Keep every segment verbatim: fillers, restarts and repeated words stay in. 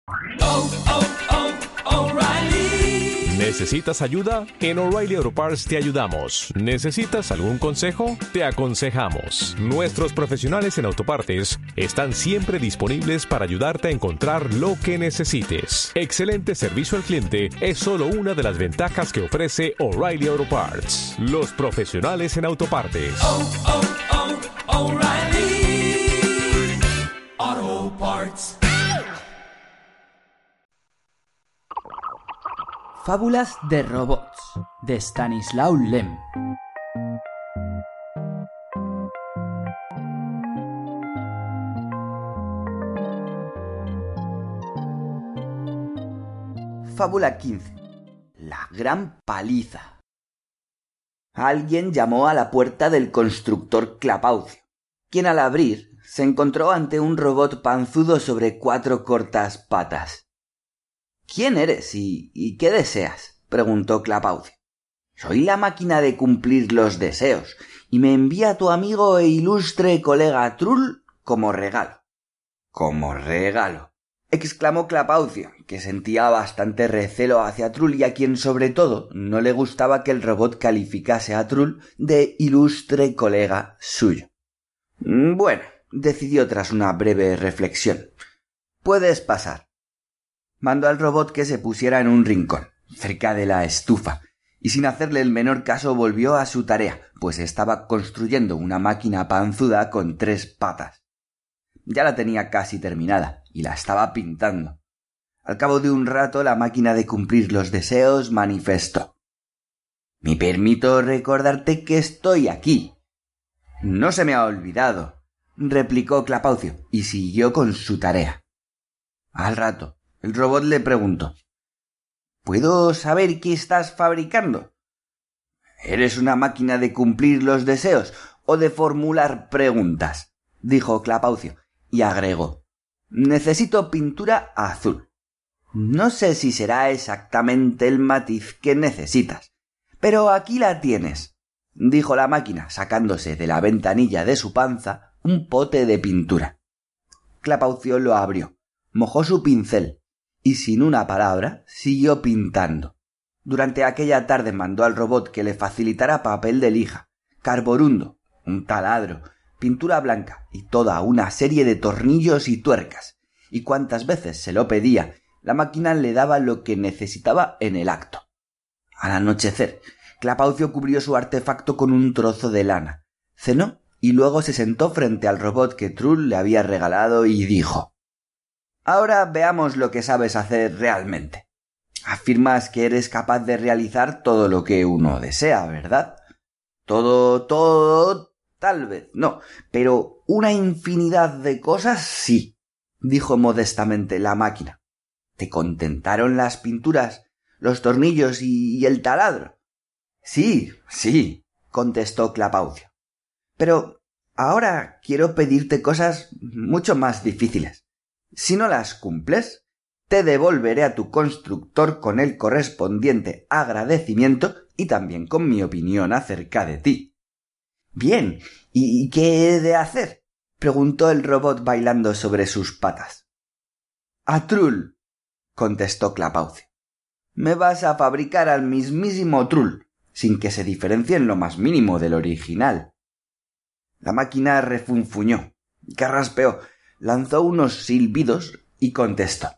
Oh, oh, oh, O'Reilly. ¿Necesitas ayuda? En O'Reilly Auto Parts te ayudamos. ¿Necesitas algún consejo? Te aconsejamos. Nuestros profesionales en autopartes están siempre disponibles para ayudarte a encontrar lo que necesites. Excelente servicio al cliente es solo una de las ventajas que ofrece O'Reilly Auto Parts. Los profesionales en autopartes. Oh, oh, oh, O'Reilly Auto Parts. Fábulas de robots, de Stanislaw Lem. Fábula quince. La gran paliza. Alguien llamó a la puerta del constructor Clapaucio, quien al abrir se encontró ante un robot panzudo sobre cuatro cortas patas. ¿Quién eres y, y qué deseas?, preguntó Clapaucio. Soy la máquina de cumplir los deseos, y me envía tu amigo e ilustre colega Trull como regalo. —¿Como regalo? —exclamó Clapaucio, que sentía bastante recelo hacia Trull y a quien sobre todo no le gustaba que el robot calificase a Trull de ilustre colega suyo. Bueno, decidió tras una breve reflexión. Puedes pasar. Mandó al robot que se pusiera en un rincón, cerca de la estufa, y sin hacerle el menor caso volvió a su tarea, pues estaba construyendo una máquina panzuda con tres patas. Ya la tenía casi terminada, y la estaba pintando. Al cabo de un rato la máquina de cumplir los deseos manifestó: «Me permito recordarte que estoy aquí». «No se me ha olvidado», replicó Clapaucio, y siguió con su tarea. Al rato, el robot le preguntó: «¿Puedo saber qué estás fabricando?» «¿Eres una máquina de cumplir los deseos o de formular preguntas?», dijo Clapaucio, y agregó: «Necesito pintura azul. No sé si será exactamente el matiz que necesitas, pero aquí la tienes», dijo la máquina, sacándose de la ventanilla de su panza un pote de pintura. Clapaucio lo abrió, mojó su pincel y sin una palabra siguió pintando. Durante aquella tarde mandó al robot que le facilitara papel de lija, carborundo, un taladro, pintura blanca y toda una serie de tornillos y tuercas, y cuantas veces se lo pedía, la máquina le daba lo que necesitaba en el acto. Al anochecer, Clapaucio cubrió su artefacto con un trozo de lana, cenó y luego se sentó frente al robot que Trull le había regalado y dijo: «Ahora veamos lo que sabes hacer realmente. Afirmas que eres capaz de realizar todo lo que uno desea, ¿verdad? Todo, todo, tal vez no, pero una infinidad de cosas sí», dijo modestamente la máquina. «¿Te contentaron las pinturas, los tornillos y, y el taladro?» «Sí, sí», contestó Clapaucio. «Pero ahora quiero pedirte cosas mucho más difíciles. Si no las cumples, te devolveré a tu constructor con el correspondiente agradecimiento y también con mi opinión acerca de ti». «Bien, ¿y qué he de hacer?», preguntó el robot bailando sobre sus patas. «A Trull», contestó Clapaucio. «Me vas a fabricar al mismísimo Trull, sin que se diferencie en lo más mínimo del original». La máquina refunfuñó, carraspeó, lanzó unos silbidos y contestó: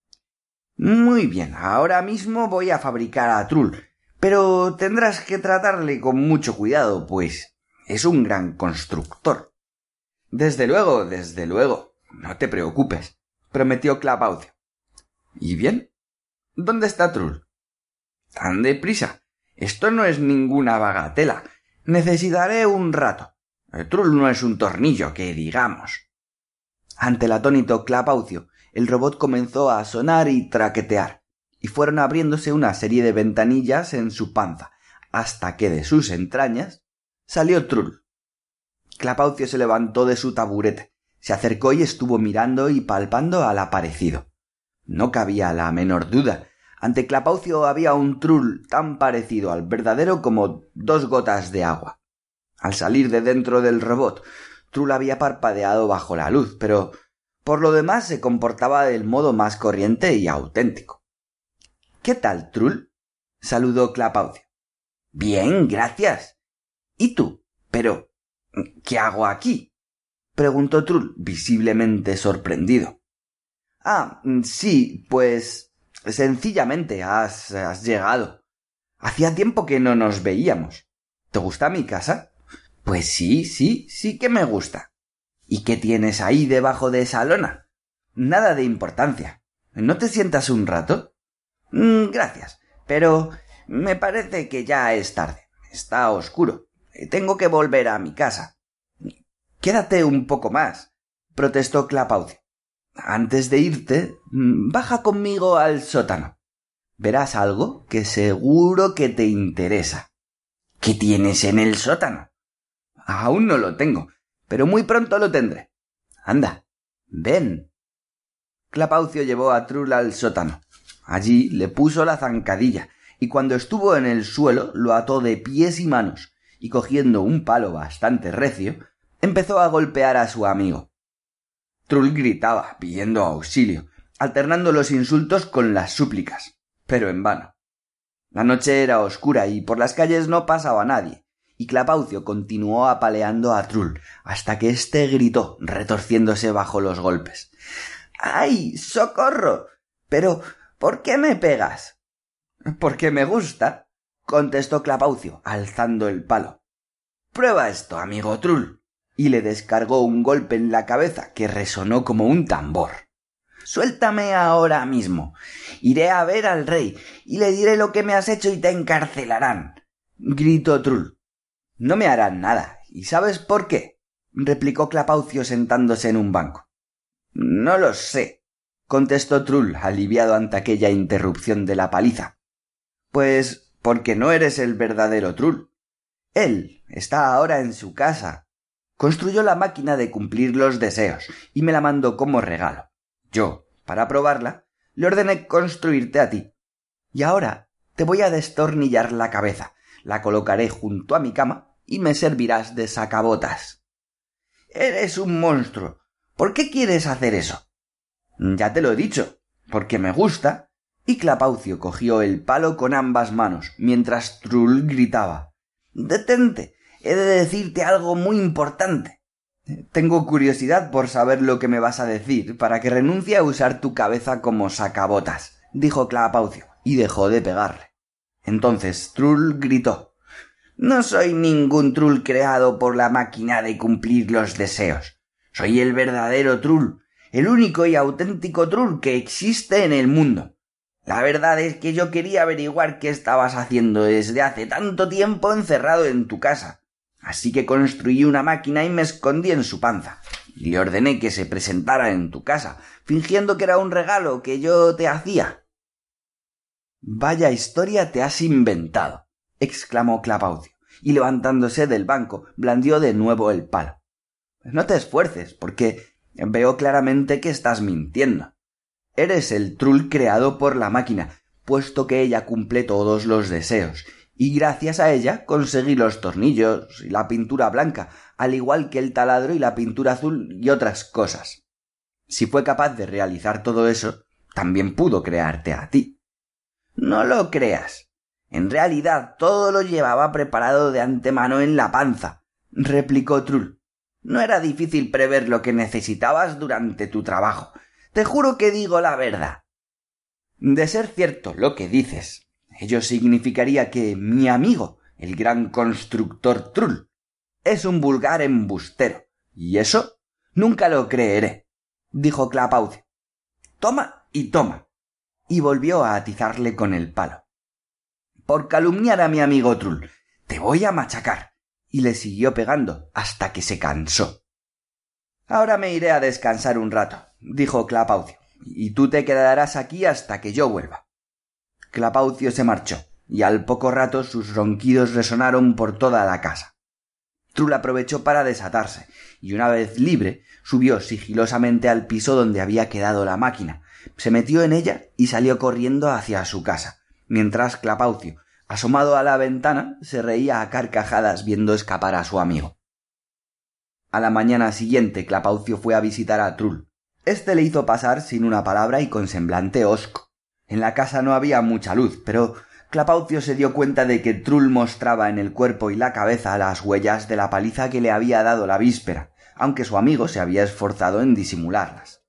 «Muy bien, ahora mismo voy a fabricar a Trull, pero tendrás que tratarle con mucho cuidado, pues es un gran constructor». «Desde luego, desde luego, no te preocupes», prometió Clapaucio. «¿Y bien? ¿Dónde está Trull?» «Tan deprisa. Esto no es ninguna bagatela. Necesitaré un rato. Trull no es un tornillo, que digamos». Ante el atónito Clapaucio, el robot comenzó a sonar y traquetear, y fueron abriéndose una serie de ventanillas en su panza, hasta que de sus entrañas salió Trull. Clapaucio se levantó de su taburete, se acercó y estuvo mirando y palpando al aparecido. No cabía la menor duda. Ante Clapaucio había un Trull tan parecido al verdadero como dos gotas de agua. Al salir de dentro del robot, Trull había parpadeado bajo la luz, pero Por lo demás se comportaba del modo más corriente y auténtico. —¿Qué tal, Trull? —saludó Clapaucio. —Bien, gracias. ¿Y tú? Pero, ¿qué hago aquí? —preguntó Trull, visiblemente sorprendido. —Ah, sí, pues... sencillamente has, has llegado. Hacía tiempo que no nos veíamos. ¿Te gusta mi casa? —Pues sí, sí, sí que me gusta. —¿Y qué tienes ahí debajo de esa lona? —Nada de importancia. ¿No te sientas un rato? Mm, gracias, pero me parece que ya es tarde. Está oscuro. Tengo que volver a mi casa. —Quédate un poco más —protestó Clapaucio. —Antes de irte, baja conmigo al sótano. Verás algo que seguro que te interesa. —¿Qué tienes en el sótano? —Aún no lo tengo, pero muy pronto lo tendré. Anda, ven. Clapaucio llevó a Trull al sótano. Allí le puso la zancadilla, y cuando estuvo en el suelo lo ató de pies y manos, y cogiendo un palo bastante recio, empezó a golpear a su amigo. Trull gritaba, pidiendo auxilio, alternando los insultos con las súplicas, pero en vano. La noche era oscura y por las calles no pasaba nadie, y Clapaucio continuó apaleando a Trull hasta que éste gritó, retorciéndose bajo los golpes. —¡Ay, socorro! Pero, ¿por qué me pegas? —Porque me gusta —contestó Clapaucio, alzando el palo. —Prueba esto, amigo Trull. Y le descargó un golpe en la cabeza que resonó como un tambor. —Suéltame ahora mismo. Iré a ver al rey y le diré lo que me has hecho y te encarcelarán —gritó Trull. —No me harán nada. ¿Y sabes por qué? —replicó Clapaucio sentándose en un banco. —No lo sé —contestó Trull, aliviado ante aquella interrupción de la paliza. —Pues porque no eres el verdadero Trull. Él está ahora en su casa. Construyó la máquina de cumplir los deseos y me la mandó como regalo. Yo, para probarla, le ordené construirte a ti. Y ahora te voy a destornillar la cabeza, la colocaré junto a mi cama y me servirás de sacabotas. —Eres un monstruo. ¿Por qué quieres hacer eso? —Ya te lo he dicho, porque me gusta. Y Clapaucio cogió el palo con ambas manos, mientras Trull gritaba. —Detente, he de decirte algo muy importante. —Tengo curiosidad por saber lo que me vas a decir para que renuncie a usar tu cabeza como sacabotas —dijo Clapaucio, y dejó de pegarle. Entonces Trull gritó. —No soy ningún Trull creado por la máquina de cumplir los deseos. Soy el verdadero Trull, el único y auténtico Trull que existe en el mundo. La verdad es que yo quería averiguar qué estabas haciendo desde hace tanto tiempo encerrado en tu casa. Así que construí una máquina y me escondí en su panza. Y le ordené que se presentara en tu casa, fingiendo que era un regalo que yo te hacía. —Vaya historia te has inventado —exclamó Clapaucio, y levantándose del banco, blandió de nuevo el palo. —No te esfuerces, porque veo claramente que estás mintiendo. Eres el Trull creado por la máquina, puesto que ella cumple todos los deseos, y gracias a ella conseguí los tornillos y la pintura blanca, al igual que el taladro y la pintura azul y otras cosas. Si fue capaz de realizar todo eso, también pudo crearte a ti. —No lo creas. En realidad todo lo llevaba preparado de antemano en la panza —replicó Trull. No era difícil prever lo que necesitabas durante tu trabajo. Te juro que digo la verdad. De ser cierto lo que dices, ello significaría que mi amigo, el gran constructor Trull, es un vulgar embustero, y eso nunca lo creeré —dijo Clapaucio. —Toma y toma. Y volvió a atizarle con el palo. —Por calumniar a mi amigo Trull, te voy a machacar. Y le siguió pegando hasta que se cansó. —Ahora me iré a descansar un rato —dijo Clapaucio—, y tú te quedarás aquí hasta que yo vuelva. Clapaucio se marchó, y al poco rato sus ronquidos resonaron por toda la casa. Trull aprovechó para desatarse, y una vez libre, subió sigilosamente al piso donde había quedado la máquina, se metió en ella y salió corriendo hacia su casa, mientras Clapaucio, asomado a la ventana, se reía a carcajadas viendo escapar a su amigo. A la mañana siguiente Clapaucio fue a visitar a Trull. Este le hizo pasar sin una palabra y con semblante hosco. En la casa no había mucha luz, pero Clapaucio se dio cuenta de que Trull mostraba en el cuerpo y la cabeza las huellas de la paliza que le había dado la víspera, aunque su amigo se había esforzado en disimularlas.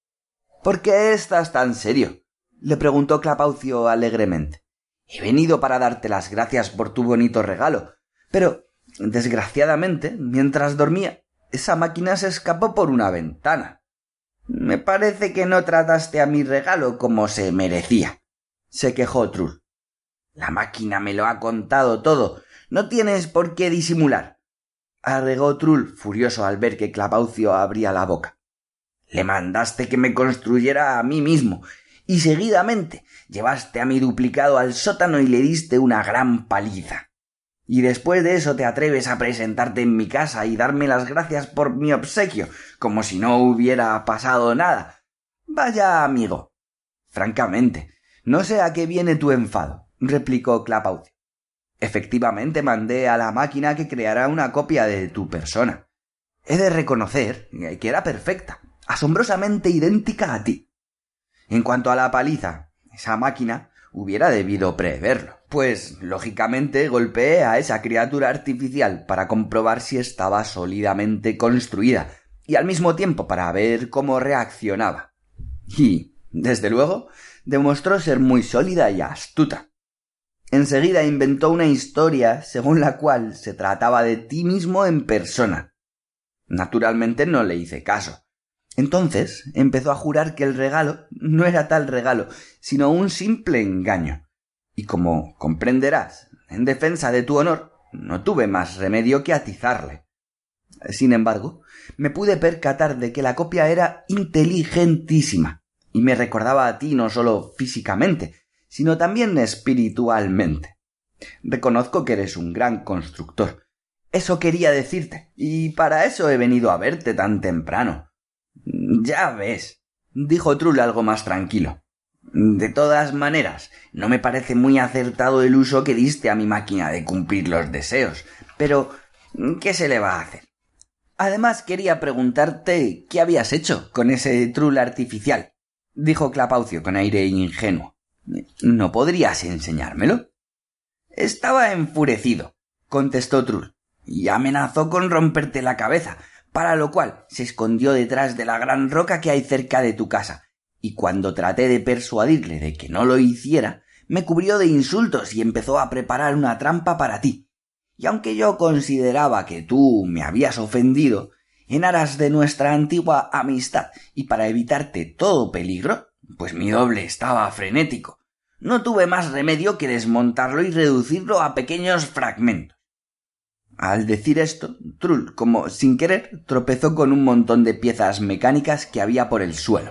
—¿Por qué estás tan serio? —le preguntó Clapaucio alegremente. —He venido para darte las gracias por tu bonito regalo, pero, desgraciadamente, mientras dormía, esa máquina se escapó por una ventana. —Me parece que no trataste a mi regalo como se merecía —se quejó Trull. —La máquina me lo ha contado todo. No tienes por qué disimular —agregó Trull, furioso al ver que Clapaucio abría la boca. —Le mandaste que me construyera a mí mismo, y seguidamente llevaste a mi duplicado al sótano y le diste una gran paliza. Y después de eso te atreves a presentarte en mi casa y darme las gracias por mi obsequio, como si no hubiera pasado nada. Vaya, amigo. Francamente, no sé a qué viene tu enfado —replicó Clapaucio. Efectivamente mandé a la máquina que creara una copia de tu persona. He de reconocer que era perfecta, asombrosamente idéntica a ti. En cuanto a la paliza, esa máquina hubiera debido preverlo, pues, lógicamente, golpeé a esa criatura artificial para comprobar si estaba sólidamente construida y al mismo tiempo para ver cómo reaccionaba. Y, desde luego, demostró ser muy sólida y astuta. Enseguida inventó una historia según la cual se trataba de ti mismo en persona. Naturalmente no le hice caso. Entonces empezó a jurar que el regalo no era tal regalo, sino un simple engaño. Y como comprenderás, en defensa de tu honor, no tuve más remedio que atizarle. Sin embargo, me pude percatar de que la copia era inteligentísima, y me recordaba a ti no solo físicamente, sino también espiritualmente. Reconozco que eres un gran constructor. Eso quería decirte, y para eso he venido a verte tan temprano. Ya ves, dijo Trull algo más tranquilo. De todas maneras, no me parece muy acertado el uso que diste a mi máquina de cumplir los deseos, pero ¿qué se le va a hacer? Además quería preguntarte qué habías hecho con ese Trull artificial, dijo Clapaucio con aire ingenuo. ¿No podrías enseñármelo? Estaba enfurecido, contestó Trull, y amenazó con romperte la cabeza, para lo cual se escondió detrás de la gran roca que hay cerca de tu casa, y cuando traté de persuadirle de que no lo hiciera, me cubrió de insultos y empezó a preparar una trampa para ti. Y aunque yo consideraba que tú me habías ofendido, en aras de nuestra antigua amistad y para evitarte todo peligro, pues mi doble estaba frenético, no tuve más remedio que desmontarlo y reducirlo a pequeños fragmentos. Al decir esto, Trull, como sin querer, tropezó con un montón de piezas mecánicas que había por el suelo.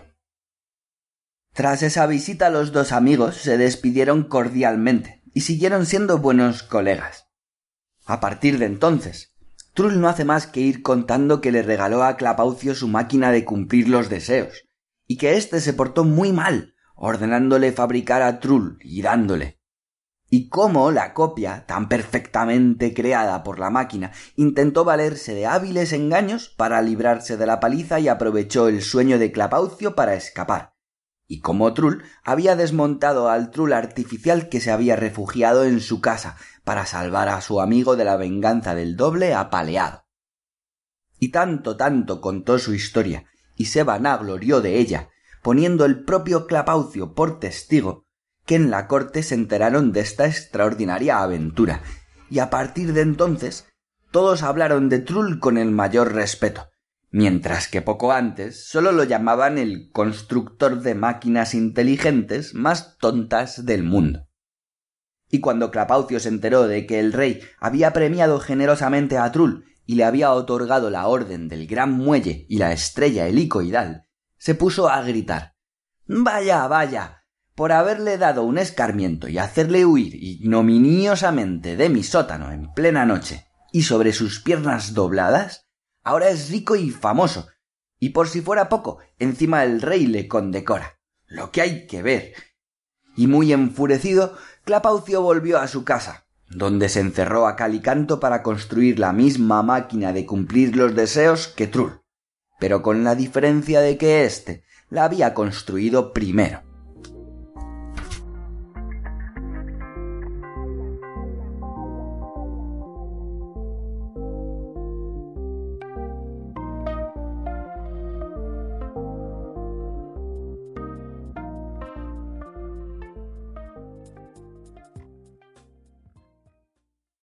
Tras esa visita los dos amigos se despidieron cordialmente y siguieron siendo buenos colegas. A partir de entonces, Trull no hace más que ir contando que le regaló a Clapaucio su máquina de cumplir los deseos, y que éste se portó muy mal, ordenándole fabricar a Trull y dándole. Y cómo la copia, tan perfectamente creada por la máquina, intentó valerse de hábiles engaños para librarse de la paliza y aprovechó el sueño de Clapaucio para escapar. Y cómo Trull había desmontado al Trull artificial que se había refugiado en su casa para salvar a su amigo de la venganza del doble apaleado. Y tanto, tanto contó su historia, y se vanaglorió de ella, poniendo el propio Clapaucio por testigo, que en la corte se enteraron de esta extraordinaria aventura, y a partir de entonces todos hablaron de Trull con el mayor respeto, mientras que poco antes sólo lo llamaban el constructor de máquinas inteligentes más tontas del mundo. Y cuando Clapaucio se enteró de que el rey había premiado generosamente a Trull y le había otorgado la orden del gran muelle y la estrella helicoidal, se puso a gritar: «¡Vaya, vaya! Por haberle dado un escarmiento y hacerle huir ignominiosamente de mi sótano en plena noche y sobre sus piernas dobladas, ahora es rico y famoso, y por si fuera poco, encima el rey le condecora. Lo que hay que ver». Y muy enfurecido, Clapaucio volvió a su casa, donde se encerró a cal y canto para construir la misma máquina de cumplir los deseos que Trull. pero con la diferencia de que éste la había construido primero.